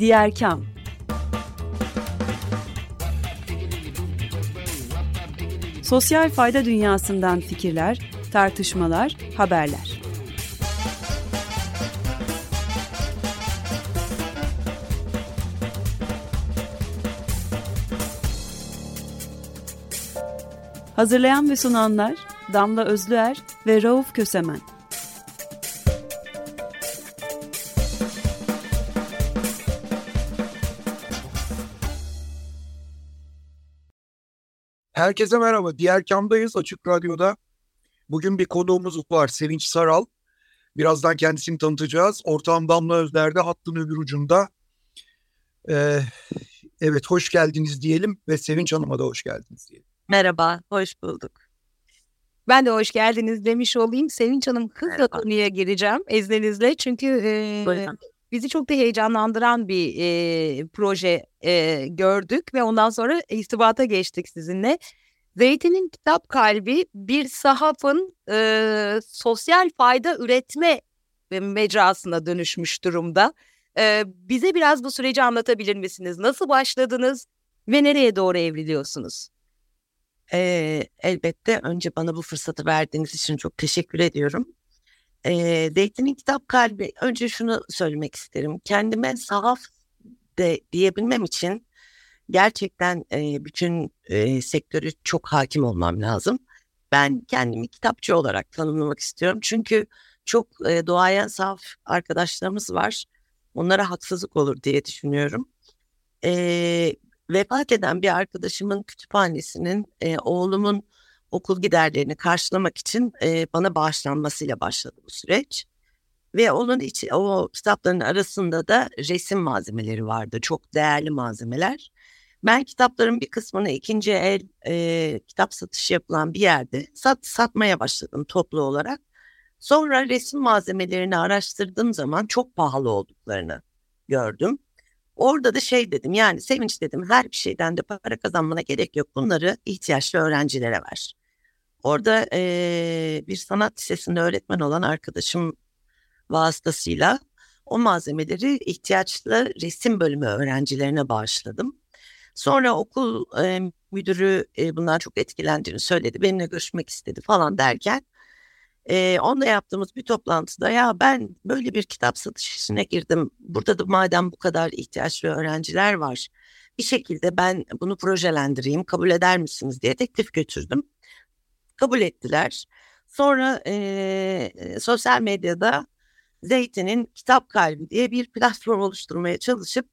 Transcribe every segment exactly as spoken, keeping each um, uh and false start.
Diğer Kam. Sosyal fayda dünyasından fikirler, tartışmalar, haberler. Hazırlayan ve sunanlar Damla Özlüer ve Rauf Kösemen. Herkese merhaba. Diğer Kam'dayız, Açık Radyo'da. Bugün bir konuğumuz var, Sevinç Saral. Birazdan kendisini tanıtacağız. Ortağım Damla Özler de hattın öbür ucunda. Ee, evet, hoş geldiniz diyelim ve Sevinç Hanım'a da hoş geldiniz diyelim. Merhaba, hoş bulduk. Ben de hoş geldiniz demiş olayım. Sevinç Hanım, hızla konuya gireceğim izninizle. Çünkü e, bizi çok da heyecanlandıran bir e, proje e, gördük ve ondan sonra irtibata geçtik sizinle. Zeytin'in Kitap Kalbi bir sahafın e, sosyal fayda üretme mecrasına dönüşmüş durumda. E, bize biraz bu süreci anlatabilir misiniz? Nasıl başladınız ve nereye doğru evriliyorsunuz? Ee, elbette önce bana bu fırsatı verdiğiniz için çok teşekkür ediyorum. Ee, Zeytin'in Kitap Kalbi, önce şunu söylemek isterim. Kendime sahaf de diyebilmem için gerçekten e, bütün e, sektörü çok hakim olmam lazım. Ben kendimi kitapçı olarak tanımlamak istiyorum. Çünkü çok e, doğayan sahaf arkadaşlarımız var. Onlara haksızlık olur diye düşünüyorum. Ee, Vefat eden bir arkadaşımın kütüphanesinin e, oğlumun okul giderlerini karşılamak için e, bana bağışlanmasıyla başladı bu süreç. Ve onun içi, o kitapların arasında da resim malzemeleri vardı. Çok değerli malzemeler. Ben kitapların bir kısmını ikinci el e, kitap satışı yapılan bir yerde sat, satmaya başladım toplu olarak. Sonra resim malzemelerini araştırdığım zaman çok pahalı olduklarını gördüm. Orada da şey dedim, yani Sevinç dedim, her bir şeyden de para kazanmana gerek yok. Bunları ihtiyaçlı öğrencilere ver. Orada e, bir sanat lisesinde öğretmen olan arkadaşım vasıtasıyla o malzemeleri ihtiyaçlı resim bölümü öğrencilerine bağışladım. Sonra okul e, müdürü e, bundan çok etkilendiğini söyledi. Benimle görüşmek istedi falan derken e, onunla yaptığımız bir toplantıda ya ben böyle bir kitap satış işine girdim. Burada da madem bu kadar ihtiyaçlı öğrenciler var, bir şekilde ben bunu projelendireyim, kabul eder misiniz diye teklif götürdüm. Kabul ettiler. Sonra e, sosyal medyada Zeytin'in Kitap Kalbi diye bir platform oluşturmaya çalışıp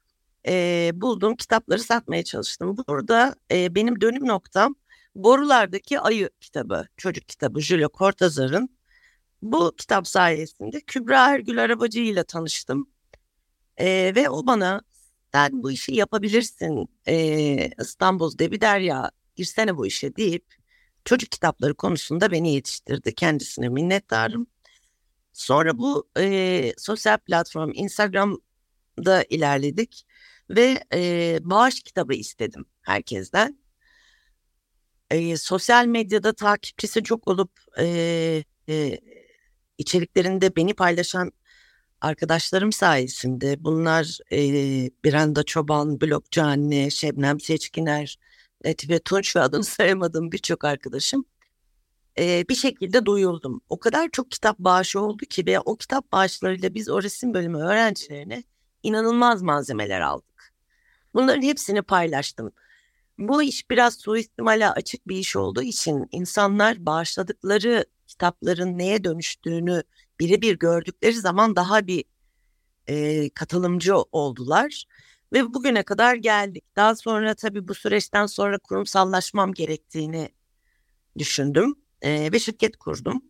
e, bulduğum kitapları satmaya çalıştım. Burada e, benim dönüm noktam Borulardaki Ayı kitabı, çocuk kitabı, Julio Cortázar'ın. Bu kitap sayesinde Kübra Ergül Arabacı ile tanıştım. E, ve o bana sen bu işi yapabilirsin, e, İstanbul Debi Derya, girsene bu işe deyip çocuk kitapları konusunda beni yetiştirdi. Kendisine minnettarım. Sonra bu e, sosyal platform Instagram'da ilerledik ve e, bağış kitabı istedim herkesten. E, sosyal medyada takipçisi çok olup e, e, içeriklerinde beni paylaşan arkadaşlarım sayesinde, bunlar e, Biranda Çoban, Blogcu Anne, Şebnem Seçkiner, Latife Tunç ve adını sayamadığım birçok arkadaşım e, bir şekilde duyuldum. O kadar çok kitap bağışı oldu ki ve o kitap bağışlarıyla biz o resim bölümü öğrencilerine inanılmaz malzemeler aldık. Bunların hepsini paylaştım. Bu iş biraz suistimale açık bir iş olduğu için insanlar bağışladıkları kitapların neye dönüştüğünü birebir gördükleri zaman daha bir e, katılımcı oldular. Ve bugüne kadar geldik. Daha sonra tabii bu süreçten sonra kurumsallaşmam gerektiğini düşündüm e, ve şirket kurdum.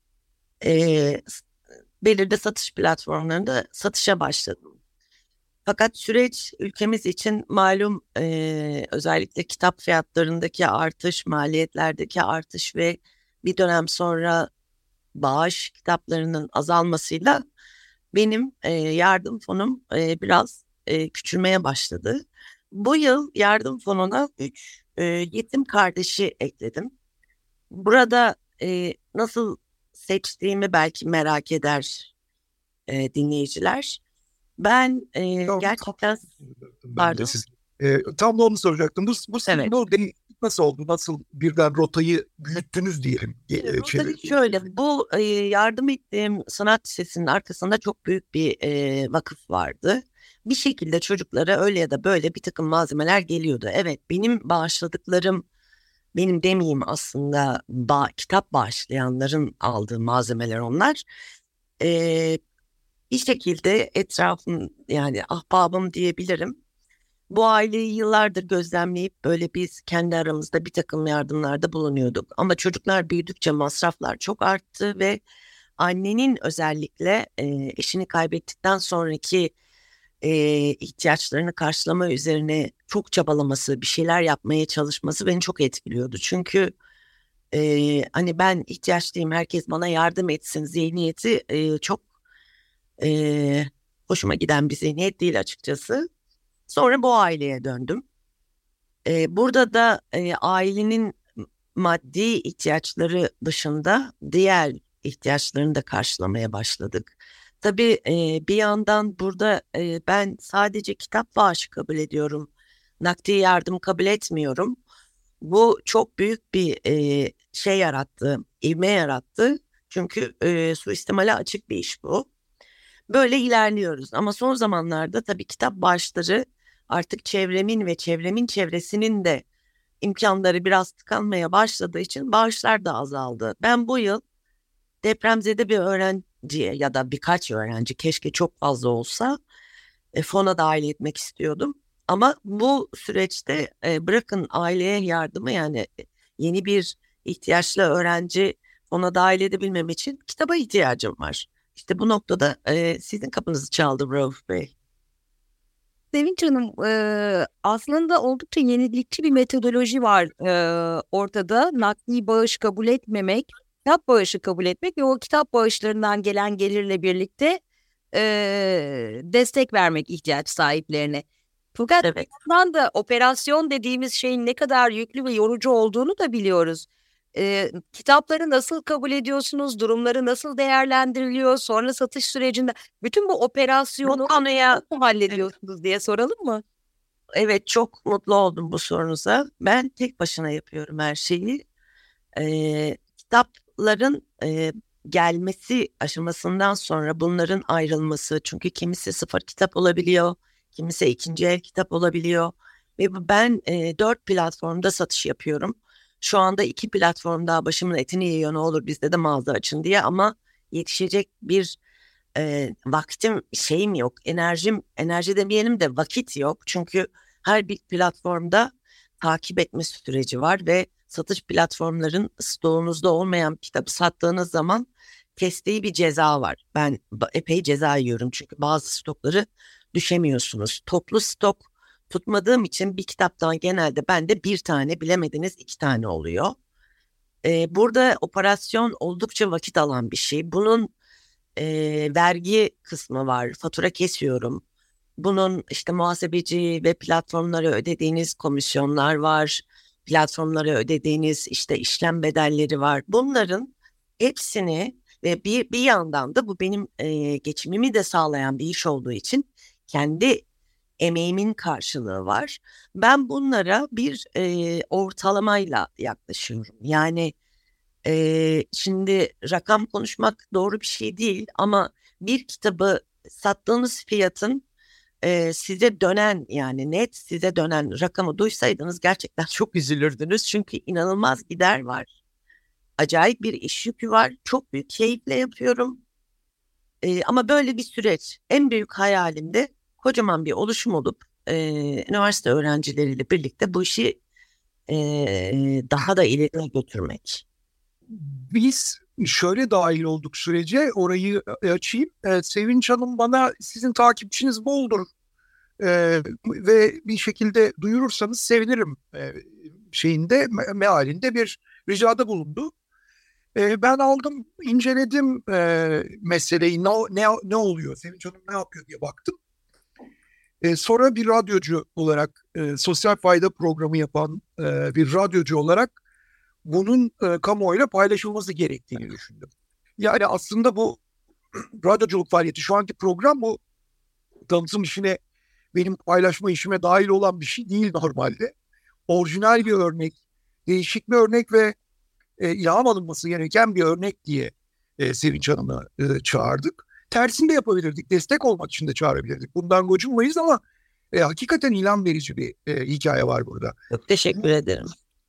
E, belirli satış platformlarında satışa başladım. Fakat süreç ülkemiz için malum, e, özellikle kitap fiyatlarındaki artış, maliyetlerdeki artış ve bir dönem sonra bağış kitaplarının azalmasıyla benim e, yardım fonum e, biraz e, küçülmeye başladı. Bu yıl yardım fonuna üç e, yetim kardeşi ekledim. Burada e, nasıl seçtiğimi belki merak eder e, dinleyiciler. Ben e, Tamam, gerçekten Ben de pardon. siz. E, tam da onu soracaktım. Bu, bu, Evet. bu değişiklik nasıl oldu? Nasıl birden rotayı büyüttünüz diyelim. E, Rotary şey, şöyle, bu e, yardım ettiğim sanat lisesinin arkasında çok büyük bir e, vakıf vardı. Bir şekilde çocuklara öyle ya da böyle bir takım malzemeler geliyordu. Evet, benim bağışladıklarım, benim demeyeyim aslında ba kitap bağışlayanların aldığı malzemeler onlar. E, Bir şekilde etrafım, yani ahbabım diyebilirim. Bu aileyi yıllardır gözlemleyip böyle biz kendi aramızda bir takım yardımlarda bulunuyorduk. Ama çocuklar büyüdükçe masraflar çok arttı ve annenin özellikle e, eşini kaybettikten sonraki e, ihtiyaçlarını karşılama üzerine çok çabalaması, bir şeyler yapmaya çalışması beni çok etkiliyordu. Çünkü e, hani ben ihtiyaçlıyım, herkes bana yardım etsin zihniyeti e, çok e, hoşuma giden bir zihniyet değil açıkçası. Sonra bu aileye döndüm. Ee, burada da e, ailenin maddi ihtiyaçları dışında diğer ihtiyaçlarını da karşılamaya başladık. Tabii e, bir yandan burada e, ben sadece kitap bağışı kabul ediyorum. Nakdi yardım kabul etmiyorum. Bu çok büyük bir e, şey yarattı, ivme yarattı. Çünkü e, suistimale açık bir iş bu. Böyle ilerliyoruz ama son zamanlarda tabii kitap bağışları artık çevremin ve çevremin çevresinin de imkanları biraz tıkanmaya başladığı için bağışlar da azaldı. Ben bu yıl depremzede bir öğrenciye ya da birkaç öğrenci, keşke çok fazla olsa, e, fona dahil etmek istiyordum. Ama bu süreçte e, bırakın aileye yardımı, yani yeni bir ihtiyaçlı öğrenci fona dahil edebilmem için kitaba ihtiyacım var. İşte bu noktada e, sizin kapınızı çaldım Rauf Bey. Sevinç Hanım, e, aslında oldukça yenilikçi bir metodoloji var e, ortada. Nakdi bağış kabul etmemek, kitap bağışı kabul etmek ve o kitap bağışlarından gelen gelirle birlikte e, destek vermek ihtiyaç sahiplerine. Fakat Evet. bir yandan da operasyon dediğimiz şeyin ne kadar yüklü ve yorucu olduğunu da biliyoruz. E, kitapları nasıl kabul ediyorsunuz? Durumları nasıl değerlendiriliyor? Sonra satış sürecinde bütün bu operasyonu Bu konuya nasıl hallediyorsunuz diye soralım mı? evet, çok mutlu oldum bu sorunuza. Ben tek başına yapıyorum her şeyi. Ee, kitapların e, gelmesi aşamasından sonra bunların ayrılması, çünkü kimisi sıfır kitap olabiliyor, kimisi ikinci el kitap olabiliyor ve bu- ben e, dört platformda satış yapıyorum. Şu anda iki platform daha başımın etini yiyor, ne olur bizde de mağaza açın diye, ama yetişecek bir e, vaktim, şeyim yok, enerjim, enerji demeyelim de vakit yok. Çünkü her bir platformda takip etme süreci var ve satış platformların stoğunuzda olmayan kitabı sattığınız zaman kestiği bir ceza var. Ben ba- epey ceza yiyorum çünkü bazı stokları düşemiyorsunuz. Toplu stok tutmadığım için bir kitaptan genelde bende bir tane, bilemediniz iki tane oluyor. Ee, burada operasyon oldukça vakit alan bir şey. Bunun e, vergi kısmı var, fatura kesiyorum. Bunun işte muhasebeci ve platformlara ödediğiniz komisyonlar var. Platformlara ödediğiniz işte işlem bedelleri var. Bunların hepsini ve bir, bir yandan da bu benim e, geçimimi de sağlayan bir iş olduğu için kendi emeğimin karşılığı var. Ben bunlara bir e, ortalamayla yaklaşıyorum. Yani e, şimdi rakam konuşmak doğru bir şey değil ama bir kitabı sattığınız fiyatın e, size dönen, yani net size dönen rakamı duysaydınız gerçekten çok üzülürdünüz. Çünkü inanılmaz gider var. Acayip bir iş yükü var. Çok büyük keyifle yapıyorum. E, ama böyle bir süreç. En büyük hayalim de kocaman bir oluşum olup e, üniversite öğrencileriyle birlikte bu işi e, daha da ileriye götürmek. Biz şöyle dahil olduk sürece, orayı açayım. Ee, Sevinç Hanım bana sizin takipçiniz boldur ee, ve bir şekilde duyurursanız sevinirim ee, şeyinde me- mealinde bir ricada bulundu. Ee, ben aldım, inceledim ee, meseleyi, ne, ne, ne oluyor, Sevinç Hanım ne yapıyor diye baktım. Ee, sonra bir radyocu olarak, e, sosyal fayda programı yapan e, bir radyocu olarak bunun e, kamuoyuyla paylaşılması gerektiğini düşündüm. Yani aslında bu radyoculuk faaliyeti, şu anki program bu tanıtım işine, benim paylaşma işime dahil olan bir şey değil normalde. Orijinal bir örnek, değişik bir örnek ve e, ilham alınması gereken bir örnek diye e, Sevinç Hanım'ı e, çağırdık. Tersini de yapabilirdik, destek olmak için de çağırabilirdik. Bundan gocunmayız ama e, hakikaten ilham verici bir e, hikaye var burada. Çok teşekkür ederim.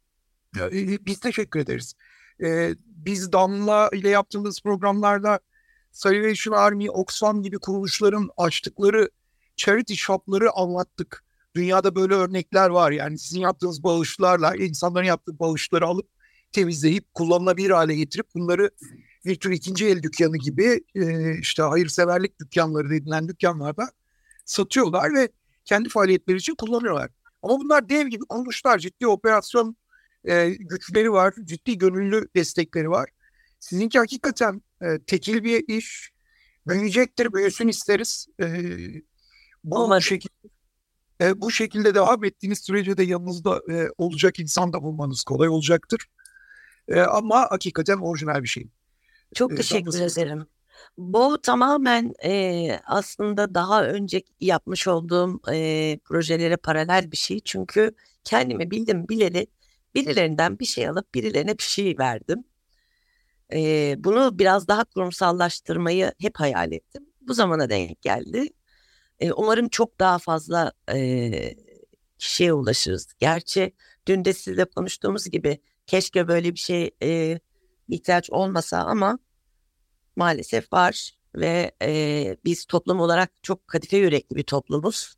E, biz teşekkür ederiz. E, biz Damla ile yaptığımız programlarda Salvation Army, Oxfam gibi kuruluşların açtıkları charity shop'ları anlattık. Dünyada böyle örnekler var. Yani sizin yaptığınız bağışlarla insanların yaptığı bağışları alıp temizleyip kullanılabilir hale getirip bunları bir tür ikinci el dükkanı gibi e, işte hayırseverlik dükkanları denilen dükkanlarda satıyorlar ve kendi faaliyetleri için kullanıyorlar. Ama bunlar dev gibi kuruluşlar, ciddi operasyon e, güçleri var, ciddi gönüllü destekleri var. Sizinki hakikaten e, tekil bir iş, büyüyecektir, büyüsün isteriz. E, bu Umarım. şekilde e, bu şekilde devam ettiğiniz sürece de yanınızda e, olacak insan da bulmanız kolay olacaktır. E, ama hakikaten orijinal bir şey. Çok E, teşekkür Damla, ederim. Bu tamamen e, aslında daha önce yapmış olduğum e, projelere paralel bir şey. Çünkü kendimi bildim bileli birilerinden bir şey alıp birilerine bir şey verdim. E, bunu biraz daha kurumsallaştırmayı hep hayal ettim. Bu zamana denk geldi. E, umarım çok daha fazla e, kişiye ulaşırız. Gerçi dün de sizle konuştuğumuz gibi keşke böyle bir şey e, ihtiyaç olmasa ama maalesef var ve e, biz toplum olarak çok kadife yürekli bir toplumuz.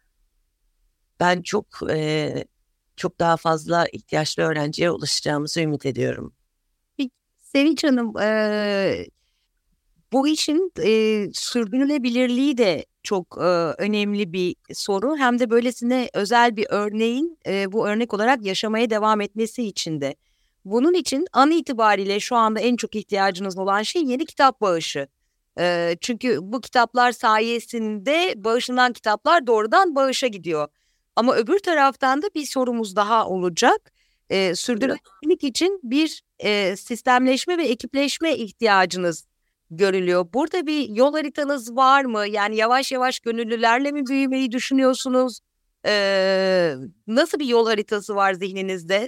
Ben çok e, çok daha fazla ihtiyaçlı öğrenciye ulaşacağımızı ümit ediyorum. Sevinç Hanım, e, bu işin e, sürdürülebilirliği de çok e, önemli bir soru. Hem de böylesine özel bir örneğin e, bu örnek olarak yaşamaya devam etmesi için de. Bunun için an itibariyle şu anda en çok ihtiyacınız olan şey yeni kitap bağışı. E, çünkü bu kitaplar sayesinde bağışlanan kitaplar doğrudan bağışa gidiyor. Ama öbür taraftan da bir sorumuz daha olacak. E, sürdürülebilirlik için bir e, sistemleşme ve ekipleşme ihtiyacınız görülüyor. Burada bir yol haritanız var mı? Yani yavaş yavaş gönüllülerle mi büyümeyi düşünüyorsunuz? Ee, nasıl bir yol haritası var zihninizde?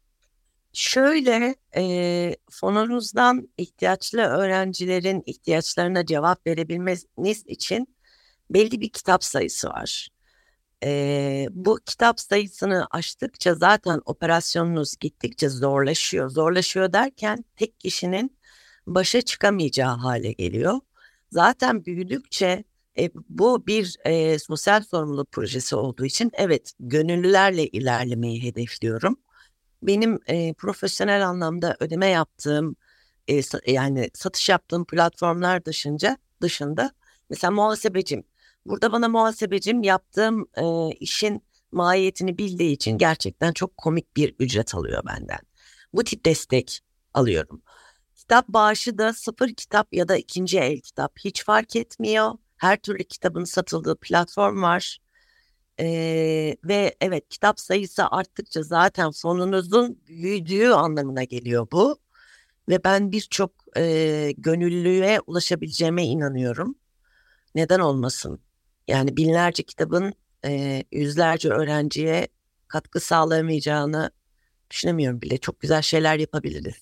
Şöyle e, fonunuzdan ihtiyaçlı öğrencilerin ihtiyaçlarına cevap verebilmeniz için belli bir kitap sayısı var. E, bu kitap sayısını aştıkça zaten operasyonunuz gittikçe zorlaşıyor. Zorlaşıyor derken tek kişinin başa çıkamayacağı hale geliyor. Zaten büyüdükçe e, bu bir e, sosyal sorumluluk projesi olduğu için evet gönüllülerle ilerlemeyi hedefliyorum. Benim e, profesyonel anlamda ödeme yaptığım e, sa- yani satış yaptığım platformlar dışında dışında mesela muhasebecim. Burada bana muhasebecim yaptığım e, işin mahiyetini bildiği için gerçekten çok komik bir ücret alıyor benden. Bu tip destek alıyorum. Kitap bağışı da sıfır kitap ya da ikinci el kitap hiç fark etmiyor. Her türlü kitabın satıldığı platform var. Ee, ve evet kitap sayısı arttıkça zaten fonunuzun büyüdüğü anlamına geliyor bu. Ve ben birçok e, gönüllüye ulaşabileceğime inanıyorum. Neden olmasın? Yani binlerce kitabın e, yüzlerce öğrenciye katkı sağlayamayacağını düşünemiyorum bile. Çok güzel şeyler yapabiliriz.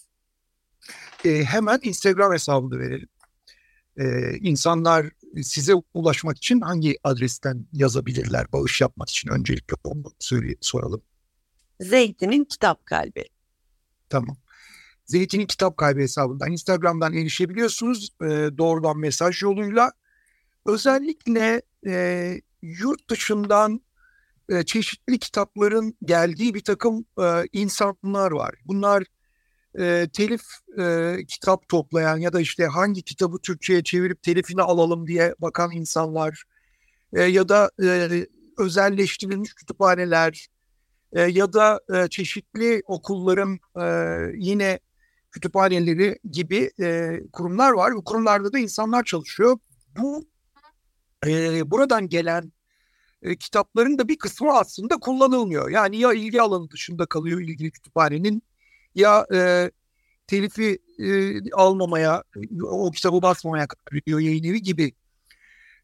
E, hemen Instagram hesabını verelim. E, insanlar size ulaşmak için hangi adresten yazabilirler bağış yapmak için? Öncelikle onu söyle, soralım. Zeytin'in Kitap Kalbi. Tamam. Zeytin'in Kitap Kalbi hesabından Instagram'dan erişebiliyorsunuz. E, doğrudan mesaj yoluyla. Özellikle e, yurt dışından e, çeşitli kitapların geldiği bir takım e, insanlar var. Bunlar e, telif e, kitap toplayan ya da işte hangi kitabı Türkçe'ye çevirip telifini alalım diye bakan insanlar e, ya da e, özelleştirilmiş kütüphaneler e, ya da e, çeşitli okulların e, yine kütüphaneleri gibi e, kurumlar var. Bu kurumlarda da insanlar çalışıyor. Bu e, buradan gelen e, kitapların da bir kısmı aslında kullanılmıyor. Yani ya ilgi alanı dışında kalıyor ilgili kütüphanenin ya e, telifi e, almamaya, o kitabı basmamaya karar veriyor yayın evi gibi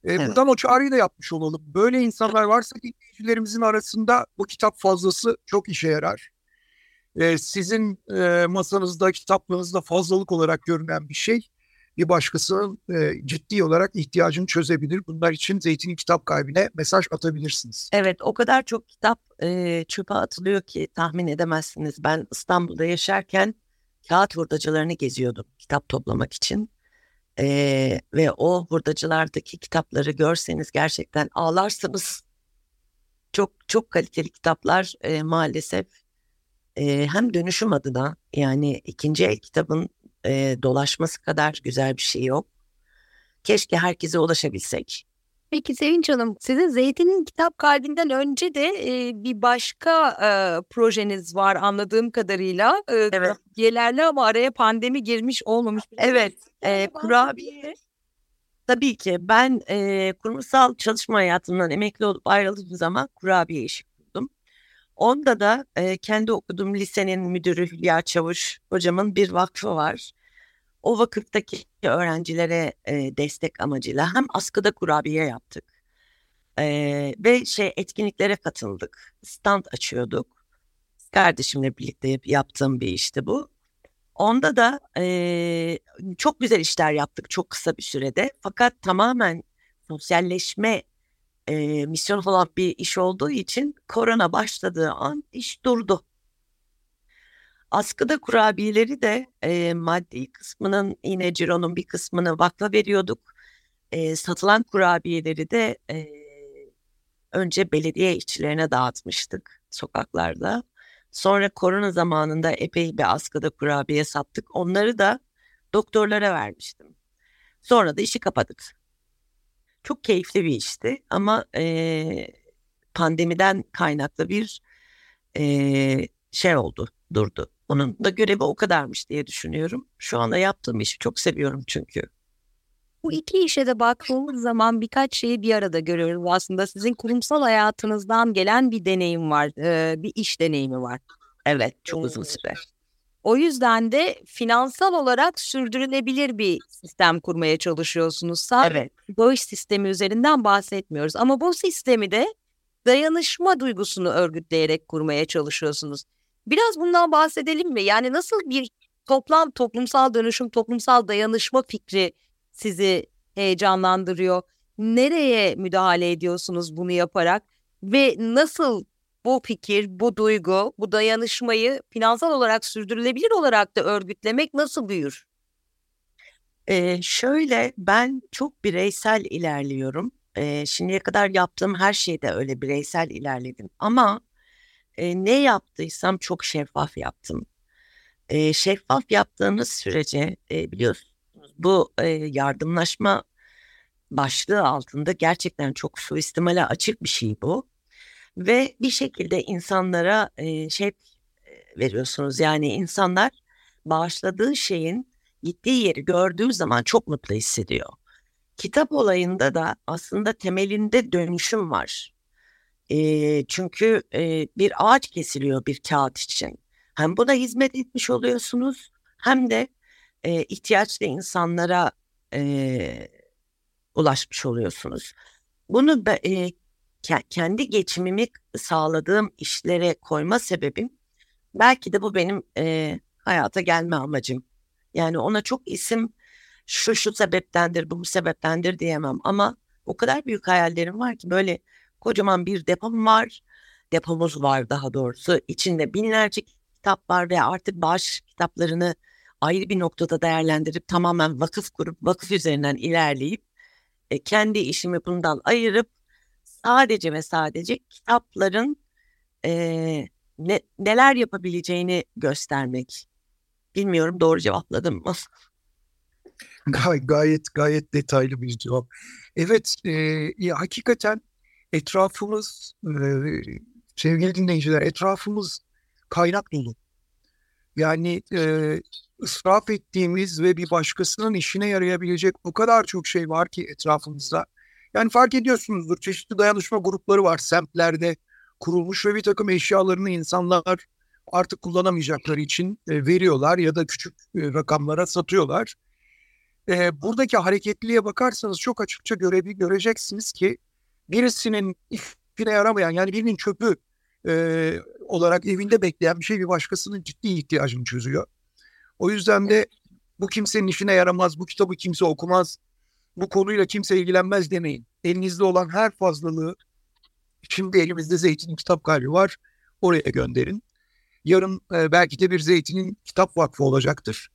E, Evet. buradan o çağrıyı da yapmış olalım. Böyle insanlar varsa dinleyicilerimizin arasında bu kitap fazlası çok işe yarar. E, sizin e, masanızda, kitaplığınızda fazlalık olarak görünen bir şey bir başkasının e, ciddi olarak ihtiyacını çözebilir. Bunlar için Zeytin'in Kitap Kalbi'ne mesaj atabilirsiniz. Evet, o kadar çok kitap e, çöpe atılıyor ki tahmin edemezsiniz. Ben İstanbul'da yaşarken kağıt hurdacılarını geziyordum kitap toplamak için. E, ve o hurdacılardaki kitapları görseniz gerçekten ağlarsınız. Çok çok kaliteli kitaplar e, maalesef e, hem dönüşüm adına, yani ikinci el kitabın e, dolaşması kadar güzel bir şey yok. Keşke herkese ulaşabilsek. Peki Sevinç Hanım, sizin Zeytin'in Kitap Kalbi'nden önce de e, bir başka e, projeniz var anladığım kadarıyla. E, Evet. Yerlerli ama araya pandemi girmiş olmamış. Evet, e, kurabiye. Tabii ki ben e, kurumsal çalışma hayatımdan emekli olup ayrıldığım zaman kurabiye işi kurdum. Onda da e, kendi okuduğum lisenin müdürü Hülya Çavuş hocamın bir vakfı var. O vakıftaki öğrencilere e, destek amacıyla hem askıda kurabiye yaptık e, ve şey etkinliklere katıldık. Stand açıyorduk. Kardeşimle birlikte yaptığım bir işti bu. Onda da e, çok güzel işler yaptık çok kısa bir sürede. Fakat tamamen sosyalleşme e, misyon olan bir iş olduğu için korona başladığı an iş durdu. Askıda kurabiyeleri de e, maddi kısmının, yine cironun bir kısmını vakfa veriyorduk. E, satılan kurabiyeleri de e, önce belediye işçilerine dağıtmıştık sokaklarda. Sonra korona zamanında epey bir askıda kurabiye sattık. Onları da doktorlara vermiştim. Sonra da işi kapadık. Çok keyifli bir işti ama e, pandemiden kaynaklı bir e, şey oldu, durdu. Onun da görevi o kadarmış diye düşünüyorum. Şu anda yaptığım işi çok seviyorum çünkü. Bu iki işe de baktığımız zaman birkaç şeyi bir arada görüyoruz aslında. Sizin kurumsal hayatınızdan gelen bir deneyim var, e, bir iş deneyimi var. Evet, çok uzun süre. O yüzden de finansal olarak sürdürülebilir bir sistem kurmaya çalışıyorsunuz. Sadece Evet. bağış sistemi üzerinden bahsetmiyoruz. Ama bu sistemi de dayanışma duygusunu örgütleyerek kurmaya çalışıyorsunuz. Biraz bundan bahsedelim mi? Yani nasıl bir toplam toplumsal dönüşüm, toplumsal dayanışma fikri sizi heyecanlandırıyor? Nereye müdahale ediyorsunuz bunu yaparak? Ve nasıl bu fikir, bu duygu, bu dayanışmayı finansal olarak sürdürülebilir olarak da örgütlemek nasıl büyür? Ee, şöyle ben çok bireysel ilerliyorum. Ee, şimdiye kadar yaptığım her şeyde öyle bireysel ilerledim. Ama e, ne yaptıysam çok şeffaf yaptım. E, şeffaf yaptığınız sürece e, biliyorsunuz bu e, yardımlaşma başlığı altında gerçekten çok suistimale açık bir şey bu. Ve bir şekilde insanlara e, şey e, veriyorsunuz. Yani insanlar bağışladığı şeyin gittiği yeri gördüğü zaman çok mutlu hissediyor. Kitap olayında da aslında temelinde dönüşüm var. E, çünkü e, bir ağaç kesiliyor bir kağıt için. Hem buna hizmet etmiş oluyorsunuz hem de e, ihtiyaçlı insanlara e, ulaşmış oluyorsunuz. Bunu be, e, ke- kendi geçimimi sağladığım işlere koyma sebebim belki de bu benim e, hayata gelme amacım. Yani ona çok isim şu şu sebeptendir, bu bu sebeptendir diyemem ama o kadar büyük hayallerim var ki böyle kocaman bir depom var. Depomuz var daha doğrusu. İçinde binlerce kitap var ve artık bağış kitaplarını ayrı bir noktada değerlendirip tamamen vakıf kurup vakıf üzerinden ilerleyip e, kendi işimi bundan ayırıp sadece ve sadece kitapların e, ne, neler yapabileceğini göstermek. Bilmiyorum doğru cevapladım mı? Gay- gayet gayet detaylı bir cevap. Evet, e, ya hakikaten etrafımız, e, sevgili dinleyiciler, etrafımız kaynak dolu. Yani e, israf ettiğimiz ve bir başkasının işine yarayabilecek o kadar çok şey var ki etrafımızda. Yani fark ediyorsunuzdur, çeşitli dayanışma grupları var semtlerde kurulmuş ve bir takım eşyalarını insanlar artık kullanamayacakları için e, veriyorlar ya da küçük e, rakamlara satıyorlar. e, buradaki hareketliliğe bakarsanız çok açıkça göre, göreceksiniz ki birisinin işine yaramayan, yani birinin çöpü e, olarak evinde bekleyen bir şey bir başkasının ciddi ihtiyacını çözüyor. O yüzden de bu kimsenin işine yaramaz, bu kitabı kimse okumaz, bu konuyla kimse ilgilenmez demeyin. Elinizde olan her fazlalığı, şimdi elimizde Zeytin'in Kitap Kalbi var, oraya gönderin. Yarın e, belki de bir Zeytin'in Kitap Vakfı olacaktır.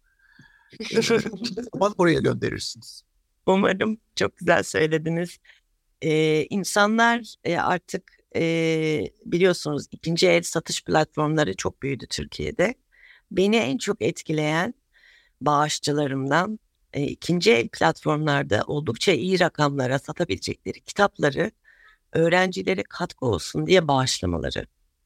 O zaman oraya gönderirsiniz. Umarım. Çok güzel söylediniz. Ee, insanlar e, artık e, biliyorsunuz ikinci el satış platformları çok büyüdü Türkiye'de. Beni en çok etkileyen bağışçılarımdan e, ikinci el platformlarda oldukça iyi rakamlara satabilecekleri kitapları öğrencilere katkı olsun diye bağışlamaları.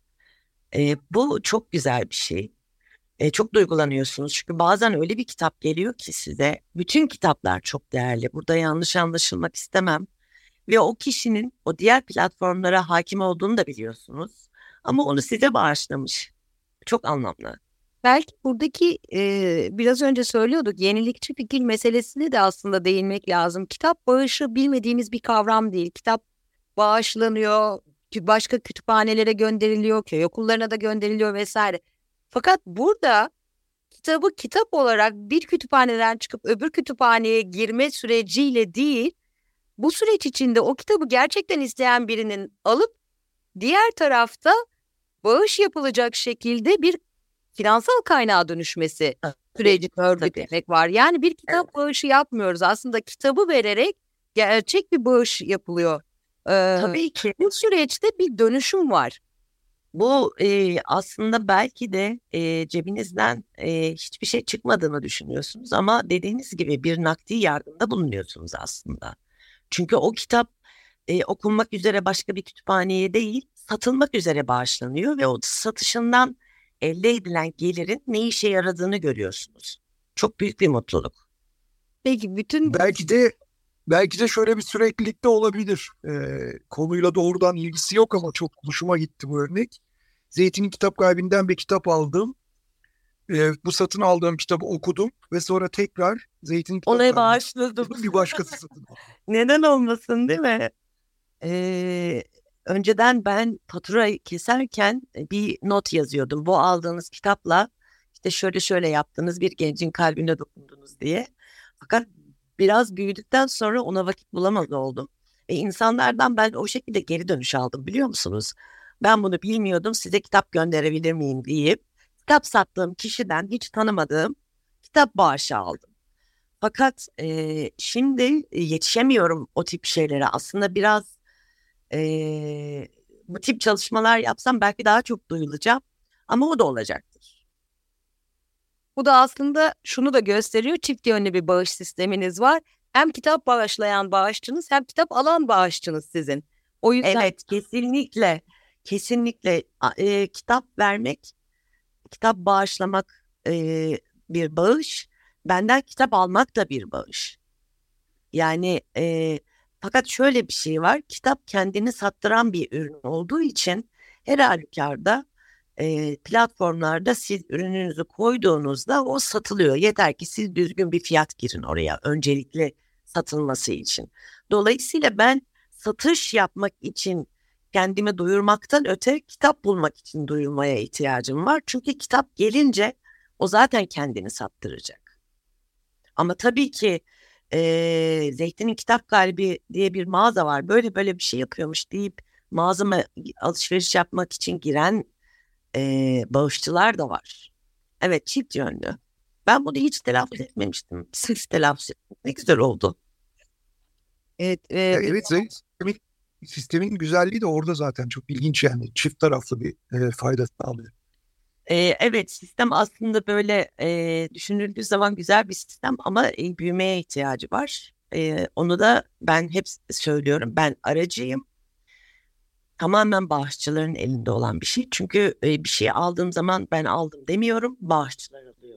E, bu çok güzel bir şey. E, çok duygulanıyorsunuz çünkü bazen öyle bir kitap geliyor ki size. Bütün kitaplar çok değerli. Burada yanlış anlaşılmak istemem. Ve o kişinin o diğer platformlara hakim olduğunu da biliyorsunuz. Ama onu size bağışlamış. Çok anlamlı. Belki buradaki e, biraz önce söylüyorduk, yenilikçi fikir meselesine de aslında değinmek lazım. Kitap bağışı bilmediğimiz bir kavram değil. Kitap bağışlanıyor, başka kütüphanelere gönderiliyor, köy okullarına da gönderiliyor vesaire. Fakat burada kitabı kitap olarak bir kütüphaneden çıkıp öbür kütüphaneye girme süreciyle değil, bu süreç içinde o kitabı gerçekten isteyen birinin alıp diğer tarafta bağış yapılacak şekilde bir finansal kaynağa dönüşmesi süreci demek var. Yani bir kitap evet. bağışı yapmıyoruz. Aslında kitabı vererek gerçek bir bağış yapılıyor. Ee, Tabii ki. Bu süreçte bir dönüşüm var. Bu e, aslında belki de e, cebinizden e, hiçbir şey çıkmadığını düşünüyorsunuz ama dediğiniz gibi bir nakdi yardımda bulunuyorsunuz aslında. Çünkü o kitap e, okunmak üzere başka bir kütüphaneye değil, satılmak üzere bağışlanıyor ve o satışından elde edilen gelirin ne işe yaradığını görüyorsunuz. Çok büyük bir mutluluk. Peki bütün... Belki de belki de şöyle bir süreklilik de olabilir. Ee, konuyla doğrudan ilgisi yok ama çok hoşuma gitti bu örnek. Zeytin'in Kitap Kalbi'nden bir kitap aldım. Ee, bu satın aldığım kitabı okudum ve sonra tekrar Zeytin'in Kitap Kalbi'nden bağışladım. Bir başkası satın aldı. Neden olmasın, değil mi? Ee, önceden ben faturayı keserken bir not yazıyordum. Bu aldığınız kitapla işte şöyle şöyle yaptınız, bir gencin kalbine dokundunuz diye. Fakat biraz büyüdükten sonra ona vakit bulamaz oldum. E insanlardan ben o şekilde geri dönüş aldım, biliyor musunuz? Ben bunu bilmiyordum, size kitap gönderebilir miyim deyip kitap sattığım kişiden hiç tanımadığım kitap bağışı aldım. Fakat e, şimdi yetişemiyorum o tip şeylere. Aslında biraz e, bu tip çalışmalar yapsam belki daha çok duyulacağım. Ama o da olacaktır. Bu da aslında şunu da gösteriyor. Çift yönlü bir bağış sisteminiz var. Hem kitap bağışlayan bağışçınız hem kitap alan bağışçınız sizin. O yüzden... Evet, kesinlikle. Kesinlikle e, kitap vermek, kitap bağışlamak e, bir bağış. Benden kitap almak da bir bağış. Yani e, fakat şöyle bir şey var. Kitap kendini sattıran bir ürün olduğu için her halükarda e, platformlarda siz ürününüzü koyduğunuzda o satılıyor. Yeter ki siz düzgün bir fiyat girin oraya öncelikle satılması için. Dolayısıyla ben satış yapmak için kendimi duyurmaktan öte kitap bulmak için duyurmaya ihtiyacım var. Çünkü kitap gelince o zaten kendini sattıracak. Ama tabii ki e, Zeytin'in Kitap Kalbi diye bir mağaza var. Böyle böyle bir şey yapıyormuş deyip mağazama alışveriş yapmak için giren e, bağışçılar da var. Evet, çift yönlü. Ben bunu hiç telaffuz etmemiştim. Siz telaffuz ettiniz. Ne güzel oldu. Evet, e, evet sistemin, sistemin güzelliği de orada zaten çok ilginç, yani çift taraflı bir e, fayda sağlıyor. Ee, evet, sistem aslında böyle e, düşünüldüğü zaman güzel bir sistem ama e, büyümeye ihtiyacı var. E, onu da ben hep söylüyorum, ben aracıyım. Tamamen bağışçıların elinde olan bir şey. Çünkü e, bir şey aldığım zaman ben aldım demiyorum, bağışçılar alıyor.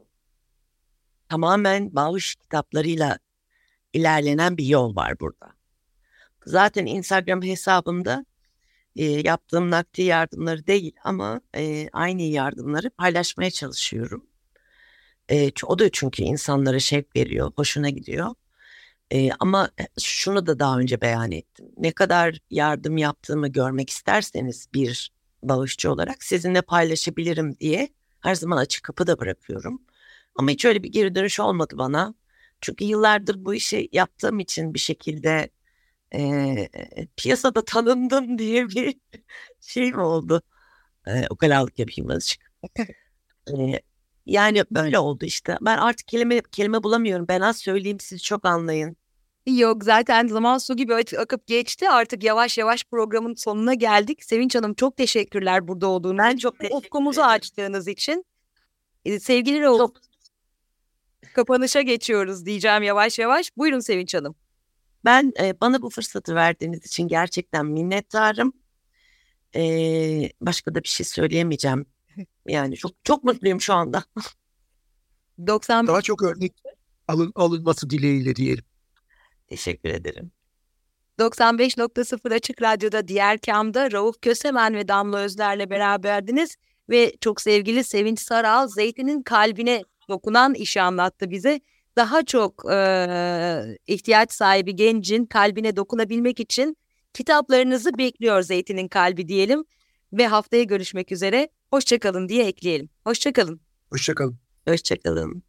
Tamamen bağış kitaplarıyla ilerlenen bir yol var burada. Zaten Instagram hesabımda E, yaptığım nakdi yardımları değil ama e, aynı yardımları paylaşmaya çalışıyorum. E, o da çünkü insanlara şevk veriyor, hoşuna gidiyor. E, ama şunu da daha önce beyan ettim. Ne kadar yardım yaptığımı görmek isterseniz bir bağışçı olarak sizinle paylaşabilirim diye her zaman açık kapı da bırakıyorum. Ama hiç öyle bir geri dönüş olmadı bana. Çünkü yıllardır bu işi yaptığım için bir şekilde e, piyasada tanındım diye bir şey mi oldu? E, ukalalık yapayım azıcık. E, yani böyle oldu işte. Ben artık kelime kelime bulamıyorum. Ben az söyleyeyim, siz çok anlayın. Yok, zaten zaman su gibi akıp geçti. Artık yavaş yavaş programın sonuna geldik. Sevinç Hanım, çok teşekkürler burada olduğunuz Ben için. çok teşekkür Ufkumuzu ederim. açtığınız için. Ee, Sevgili Rauf, Çok kapanışa geçiyoruz diyeceğim yavaş yavaş. Buyurun Sevinç Hanım. Ben e, bana bu fırsatı verdiğiniz için gerçekten minnettarım. E, başka da bir şey söyleyemeyeceğim. Yani çok çok mutluyum şu anda. doksan Daha çok örnek alın, alınması dileğiyle diyelim. Teşekkür ederim. doksan beş nokta sıfır Açık Radyo'da Diğer Kam'da Rauf Kösemen ve Damla Özler'le beraberdiniz ve çok sevgili Sevinç Saral Zeytin'in kalbine dokunan işi anlattı bize. Daha çok e, ihtiyaç sahibi gencin kalbine dokunabilmek için kitaplarınızı bekliyor Zeytin'in Kalbi diyelim ve haftaya görüşmek üzere. Hoşçakalın diye ekleyelim. Hoşçakalın. Hoşça kalın. Hoşça kalın.